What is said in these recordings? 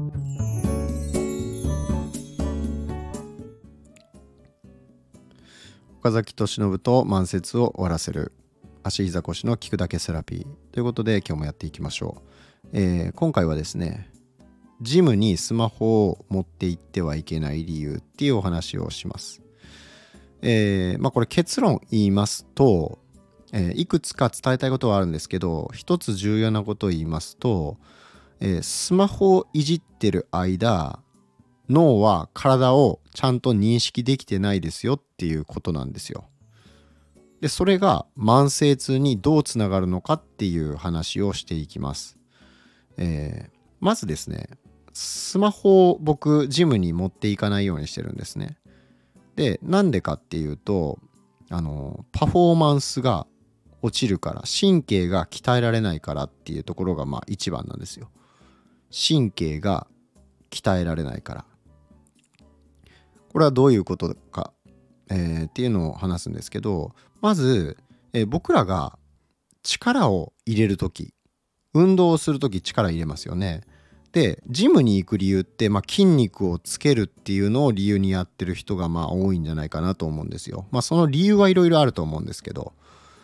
岡崎俊信と慢性を終わらせる足膝腰の聞くだけセラピーということで今日もやっていきましょう。今回はですね、ジムにスマホを持って行ってはいけない理由っていうお話をします。これ結論言いますと、いくつか伝えたいことはあるんですけど、一つ重要なことを言いますと、スマホをいじってる間、脳は体をちゃんと認識できてないですよっていうことなんですよ。で、それが慢性痛にどうつながるのかっていう話をしていきます。まずですね、スマホを僕ジムに持っていかないようにしてるんですね。で、なんでかっていうと、パフォーマンスが落ちるから、神経が鍛えられないからっていうところが一番なんですよ。神経が鍛えられないから。これはどういうことか、っていうのを話すんですけど、まず、僕らが力を入れるとき、運動をするとき力入れますよね。で、ジムに行く理由って、筋肉をつけるっていうのを理由にやってる人が多いんじゃないかなと思うんですよ。その理由はいろいろあると思うんですけど、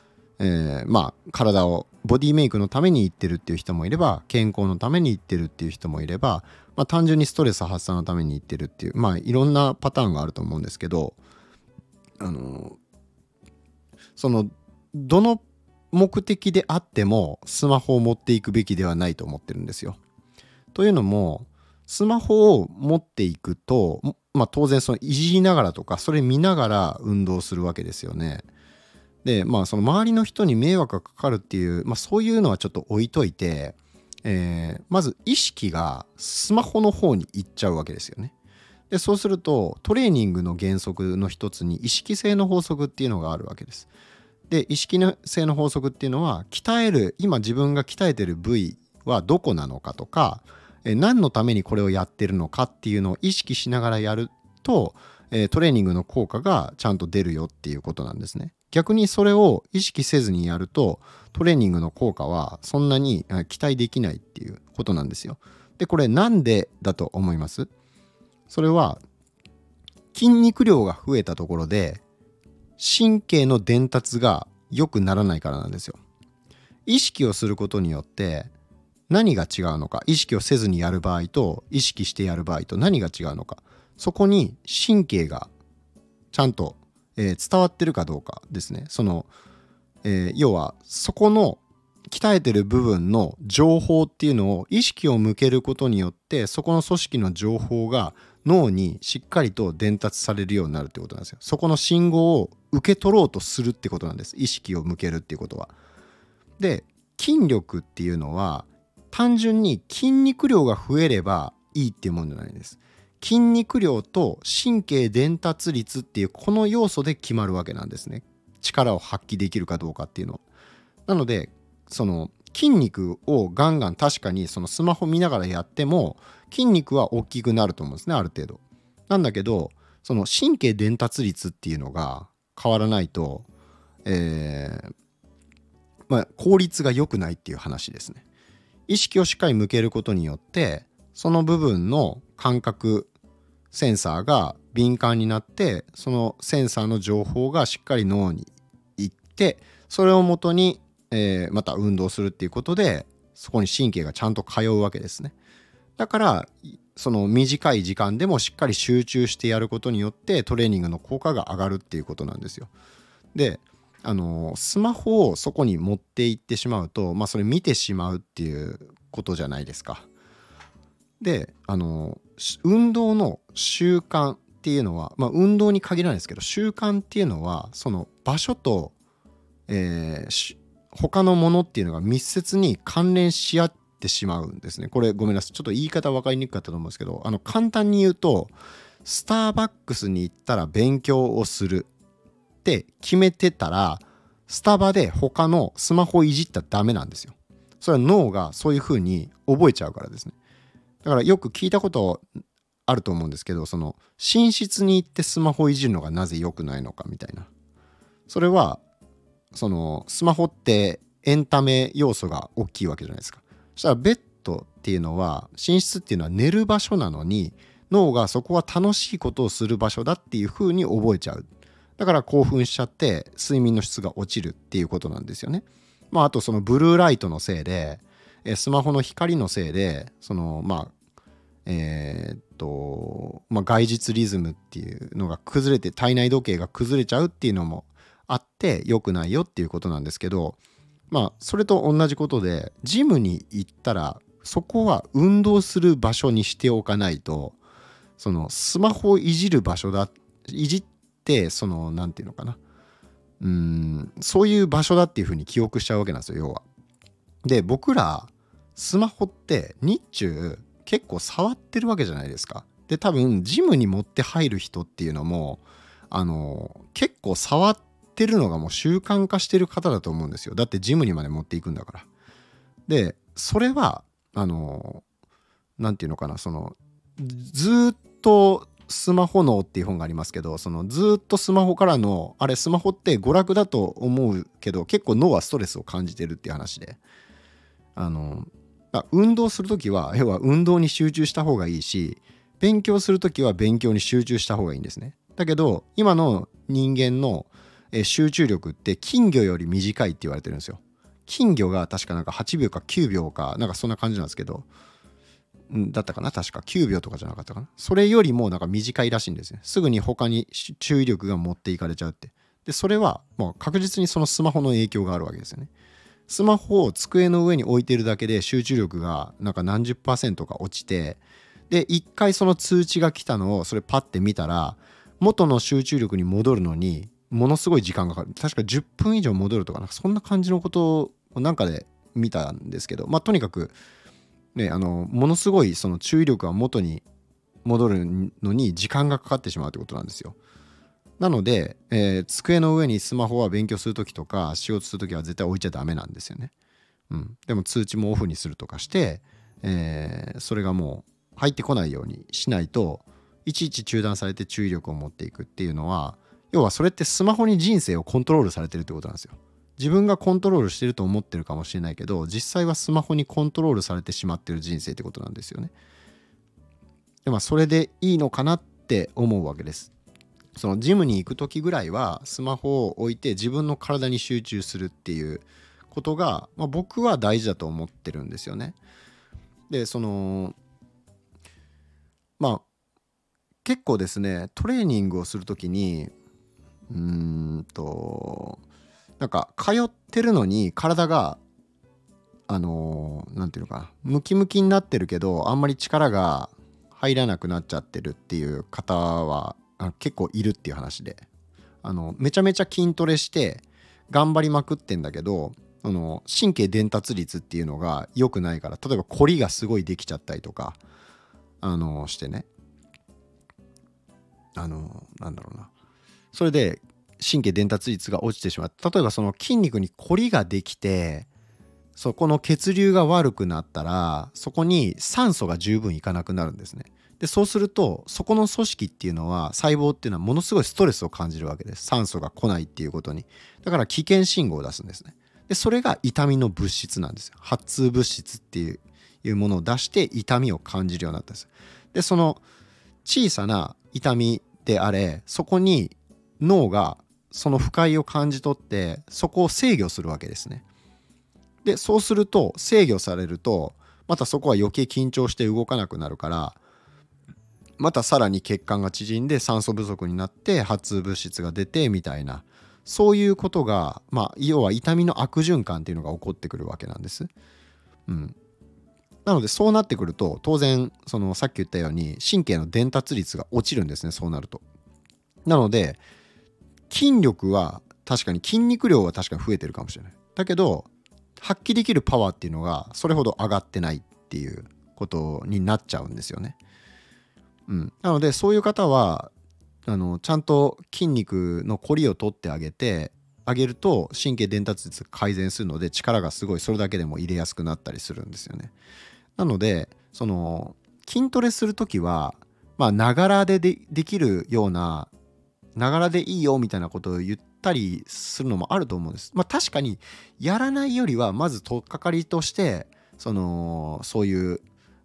体をボディメイクのために行ってるっていう人もいれば、健康のために行ってるっていう人もいれば、単純にストレス発散のために行ってるっていう、いろんなパターンがあると思うんですけど、どの目的であってもスマホを持っていくべきではないと思ってるんですよ。というのも、スマホを持っていくと、当然そのいじりながらとか、それ見ながら運動するわけですよね。で、その周りの人に迷惑がかかるっていう、そういうのはちょっと置いといて、まず意識がスマホの方に行っちゃうわけですよね。で、そうするとトレーニングの原則の一つに意識性の法則っていうのがあるわけです。で、意識性の法則っていうのは、今自分が鍛えてる部位はどこなのかとか、何のためにこれをやってるのかっていうのを意識しながらやると、トレーニングの効果がちゃんと出るよっていうことなんですね。逆にそれを意識せずにやると、トレーニングの効果はそんなに期待できないっていうことなんですよ。で、これなんでだと思います？それは筋肉量が増えたところで神経の伝達が良くならないからなんですよ。意識をすることによって何が違うのか、意識をせずにやる場合と意識してやる場合と何が違うのか、そこに神経がちゃんと、伝わってるかどうかですね。要はそこの鍛えてる部分の情報っていうのを意識を向けることによって、そこの組織の情報が脳にしっかりと伝達されるようになるってことなんですよ。そこの信号を受け取ろうとするってことなんです。意識を向けるっていうことは。で、筋力っていうのは単純に筋肉量が増えればいいっていうもんじゃないんです。筋肉量と神経伝達率っていうこの要素で決まるわけなんですね。力を発揮できるかどうかっていうのは。なので、その筋肉をガンガン確かにそのスマホ見ながらやっても筋肉は大きくなると思うんですね、ある程度。なんだけど、その神経伝達率っていうのが変わらないと、効率が良くないっていう話ですね。意識をしっかり向けることによって、その部分の感覚センサーが敏感になって、そのセンサーの情報がしっかり脳に行って、それをもとに、また運動するっていうことで、そこに神経がちゃんと通うわけですね。だからその短い時間でもしっかり集中してやることによってトレーニングの効果が上がるっていうことなんですよ。で、スマホをそこに持っていってしまうと、それ見てしまうっていうことじゃないですか。で、運動の習慣っていうのは、運動に限らないですけど、習慣っていうのはその場所と、他のものっていうのが密接に関連し合ってしまうんですね。これごめんなさい、ちょっと言い方分かりにくかったと思うんですけど、簡単に言うと、スターバックスに行ったら勉強をするって決めてたら、スタバで他のスマホをいじったらダメなんですよ。それは脳がそういう風に覚えちゃうからですね。だからよく聞いたことあると思うんですけど、その寝室に行ってスマホをいじるのがなぜ良くないのかみたいな。それはそのスマホってエンタメ要素が大きいわけじゃないですか。そしたらベッドっていうのは寝る場所なのに、脳がそこは楽しいことをする場所だっていう風に覚えちゃう。だから興奮しちゃって睡眠の質が落ちるっていうことなんですよね。あとそのブルーライトのせいで、スマホの光のせいで外日リズムっていうのが崩れて、体内時計が崩れちゃうっていうのもあって良くないよっていうことなんですけど、それと同じことで、ジムに行ったらそこは運動する場所にしておかないと、そのスマホをいじる場所だ、いじってなんていうのかな、そういう場所だっていうふうに記憶しちゃうわけなんですよ、要は。で、僕らスマホって日中結構触ってるわけじゃないですか。で、多分ジムに持って入る人っていうのも結構触ってるのがもう習慣化してる方だと思うんですよ。だってジムにまで持っていくんだから。で、それはなんていうのかな、ずっとスマホ脳っていう本がありますけど、ずっとスマホからのスマホって娯楽だと思うけど結構脳はストレスを感じてるっていう話で、運動するときは要は運動に集中した方がいいし、勉強するときは勉強に集中した方がいいんですね。だけど今の人間の集中力って金魚より短いって言われてるんですよ。金魚が確かなんか8秒か9秒かなんかそんな感じなんですけど、だったかな、確か9秒とかじゃなかったかな。それよりもなんか短いらしいんですね。すぐに他に注意力が持っていかれちゃうって。で、それはもう確実にそのスマホの影響があるわけですよね。スマホを机の上に置いてるだけで集中力がなんか何十%か落ちて、で一回その通知が来たのをそれパッて見たら元の集中力に戻るのにものすごい時間がかかる。確か10分以上戻るとかなんかそんな感じのことをなんかで見たんですけど、とにかくね、ものすごいその注意力が元に戻るのに時間がかかってしまうってことなんですよ。なので、机の上にスマホは勉強するときとか仕事するときは絶対置いちゃダメなんですよね。でも通知もオフにするとかして、それがもう入ってこないようにしないと、いちいち中断されて注意力を持っていくっていうのは、要はそれってスマホに人生をコントロールされてるってことなんですよ。自分がコントロールしてると思ってるかもしれないけど、実際はスマホにコントロールされてしまってる人生ってことなんですよね。で、それでいいのかなって思うわけです。そのジムに行く時ぐらいはスマホを置いて自分の体に集中するっていうことが、僕は大事だと思ってるんですよね。で、結構ですね、トレーニングをする時になんか通ってるのに体がなんていうのかな、ムキムキになってるけどあんまり力が入らなくなっちゃってるっていう方は結構いるっていう話で、めちゃめちゃ筋トレして頑張りまくってんだけど、神経伝達率っていうのが良くないから、例えばコリがすごいできちゃったりとかしてね、なんだろうな、それで神経伝達率が落ちてしまう。例えばその筋肉にコリができてそこの血流が悪くなったらそこに酸素が十分いかなくなるんですね。でそうするとそこの組織っていうのは、細胞っていうのはものすごいストレスを感じるわけです。酸素が来ないっていうことに。だから危険信号を出すんですね。でそれが痛みの物質なんですよ。発痛物質っていうものを出して痛みを感じるようになったんです。でその小さな痛みであれ、そこに脳がその不快を感じ取ってそこを制御するわけですね。でそうすると制御されるとまたそこは余計緊張して動かなくなるから、またさらに血管が縮んで酸素不足になって発痛物質が出てみたいな、そういうことが要は痛みの悪循環っていうのが起こってくるわけなんです。なのでそうなってくると当然さっき言ったように神経の伝達率が落ちるんですね、そうなると。なので筋力は確かに、筋肉量は確かに増えてるかもしれない。だけど発揮できるパワーっていうのがそれほど上がってないっていうことになっちゃうんですよね。なのでそういう方はちゃんと筋肉のコリを取ってあげると神経伝達率改善するので、力がすごいそれだけでも入れやすくなったりするんですよね。なので筋トレするときはながらでできるような、ながらでいいよみたいなことを言ったりするのもあると思うんです。確かにやらないよりはまず取っかかりとしてそういう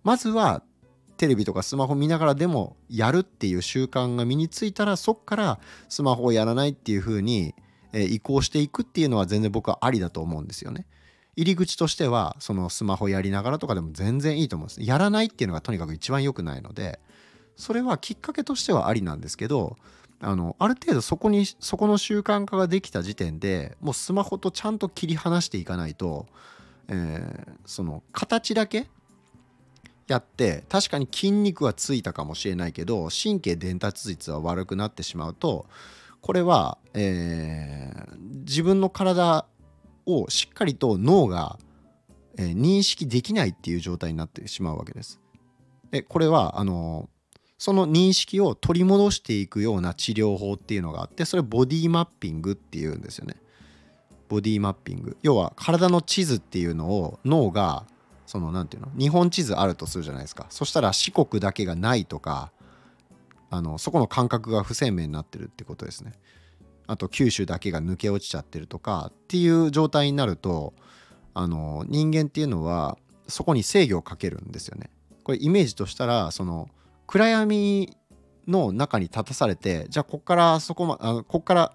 まずはテレビとかスマホ見ながらでもやるっていう習慣が身についたら、そっからスマホをやらないっていう風に移行していくっていうのは全然僕はありだと思うんですよね。入り口としてはそのスマホやりながらとかでも全然いいと思うんです。やらないっていうのがとにかく一番良くないので、それはきっかけとしてはありなんですけど、ある程度そこの習慣化ができた時点でもうスマホとちゃんと切り離していかないと、その形だけやって確かに筋肉はついたかもしれないけど神経伝達率は悪くなってしまうと、これは、自分の体をしっかりと脳が、認識できないっていう状態になってしまうわけです。これはその認識を取り戻していくような治療法っていうのがあって、それボディマッピングっていうんですよね。ボディマッピング、要は体の地図っていうのを脳がそのなんていうの、日本地図あるとするじゃないですか。そしたら四国だけがないとか、そこの感覚が不鮮明になってるってことですね。あと九州だけが抜け落ちちゃってるとかっていう状態になると、人間っていうのはそこに制御をかけるんですよね。これイメージとしたら、その暗闇の中に立たされて、じゃあこっからこっから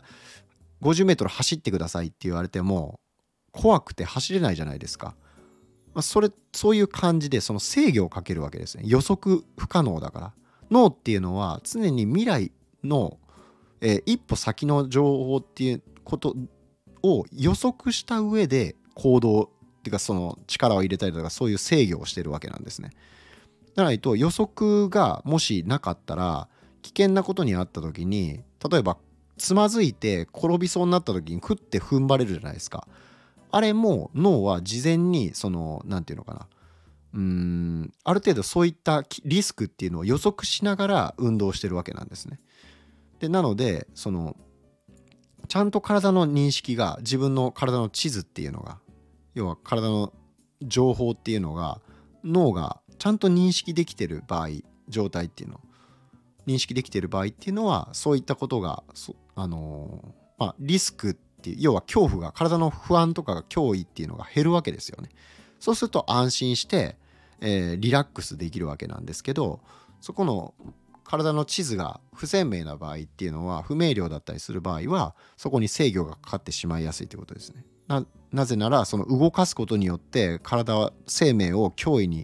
50メートル走ってくださいって言われても怖くて走れないじゃないですか。そういう感じでその制御をかけるわけですね。予測不可能だから。脳っていうのは常に未来の、一歩先の情報っていうことを予測した上で行動っていうか、その力を入れたりとかそういう制御をしてるわけなんですね。じゃないと予測がもしなかったら、危険なことにあった時に、例えばつまずいて転びそうになった時にふって踏ん張れるじゃないですか。あれも脳は事前にそのなんていうのかな、ある程度そういったリスクっていうのを予測しながら運動してるわけなんですね。でなのでそのちゃんと体の認識が、自分の体の地図っていうのが、要は体の情報っていうのが脳がちゃんと認識できてる場合、状態っていうのを認識できてる場合っていうのは、そういったことがリスクっていう、要は恐怖が、体の不安とか脅威っていうのが減るわけですよね。そうすると安心して、リラックスできるわけなんですけど、そこの体の地図が不鮮明な場合っていうのは、不明瞭だったりする場合はそこに制御がかかってしまいやすいということですね。なぜならその動かすことによって体は生命を脅威に、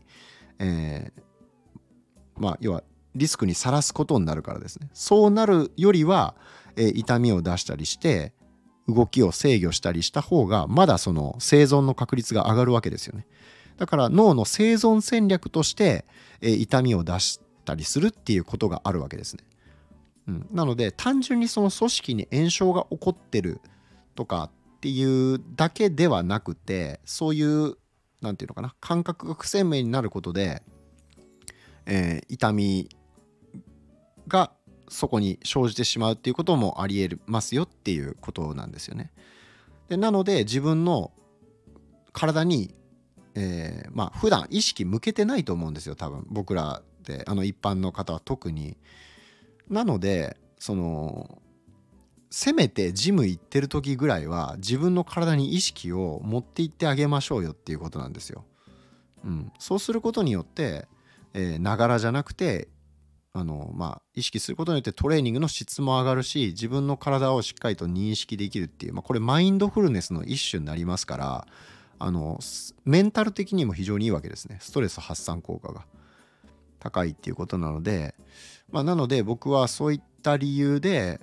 要はリスクにさらすことになるからですね。そうなるよりは、痛みを出したりして動きを制御したりした方がまだその生存の確率が上がるわけですよね。だから脳の生存戦略として、痛みを出したりするっていうことがあるわけですね。なので単純にその組織に炎症が起こってるとかっていうだけではなくて、そういうなんていうのかな、感覚が不鮮明になることで、痛みがそこに生じてしまうっていうこともありえますよっていうことなんですよね。でなので自分の体に、普段意識向けてないと思うんですよ、多分僕らで一般の方は特に。なのでそのせめてジム行ってる時ぐらいは自分の体に意識を持っていってあげましょうよっていうことなんですよ。そうすることによって、ながらじゃなくて意識することによってトレーニングの質も上がるし、自分の体をしっかりと認識できるっていう、これマインドフルネスの一種になりますから、メンタル的にも非常にいいわけですね。ストレス発散効果が高いっていうことなので、なので僕はそういった理由で、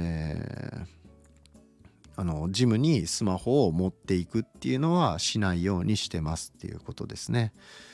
ジムにスマホを持っていくっていうのはしないようにしてますっていうことですね。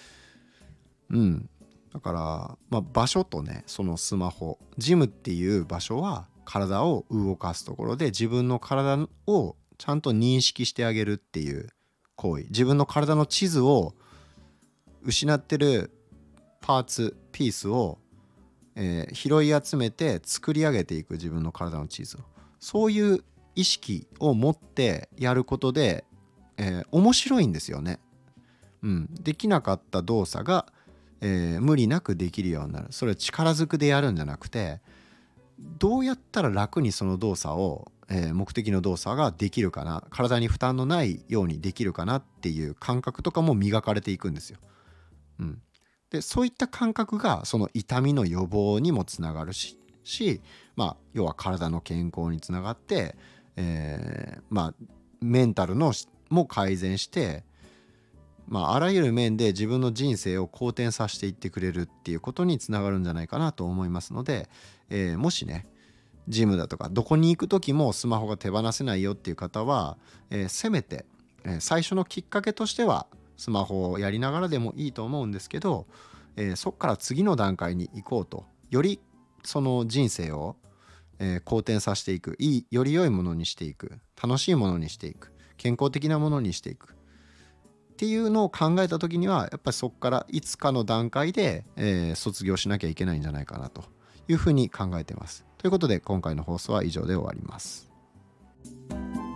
だから、場所とね、そのスマホ、ジムっていう場所は体を動かすところで、自分の体をちゃんと認識してあげるっていう行為、自分の体の地図を失ってるパースを、拾い集めて作り上げていく、自分の体の地図を、そういう意識を持ってやることで、面白いんですよね。できなかった動作が無理なくできるようになる。それは力ずくでやるんじゃなくて、どうやったら楽にその動作を、目的の動作ができるかな、体に負担のないようにできるかなっていう感覚とかも磨かれていくんですよ。 でそういった感覚がその痛みの予防にもつながるし、要は体の健康につながって、メンタルのも改善して、あらゆる面で自分の人生を好転させていってくれるっていうことにつながるんじゃないかなと思いますので、もしねジムだとかどこに行く時もスマホが手放せないよっていう方は、せめて、最初のきっかけとしてはスマホをやりながらでもいいと思うんですけど、そこから次の段階に行こうと、よりその人生を、好転させていく、より良いものにしていく、楽しいものにしていく、健康的なものにしていくっていうのを考えた時には、やっぱりそこからいつかの段階で、卒業しなきゃいけないんじゃないかなというふうに考えています。ということで今回の放送は以上で終わります。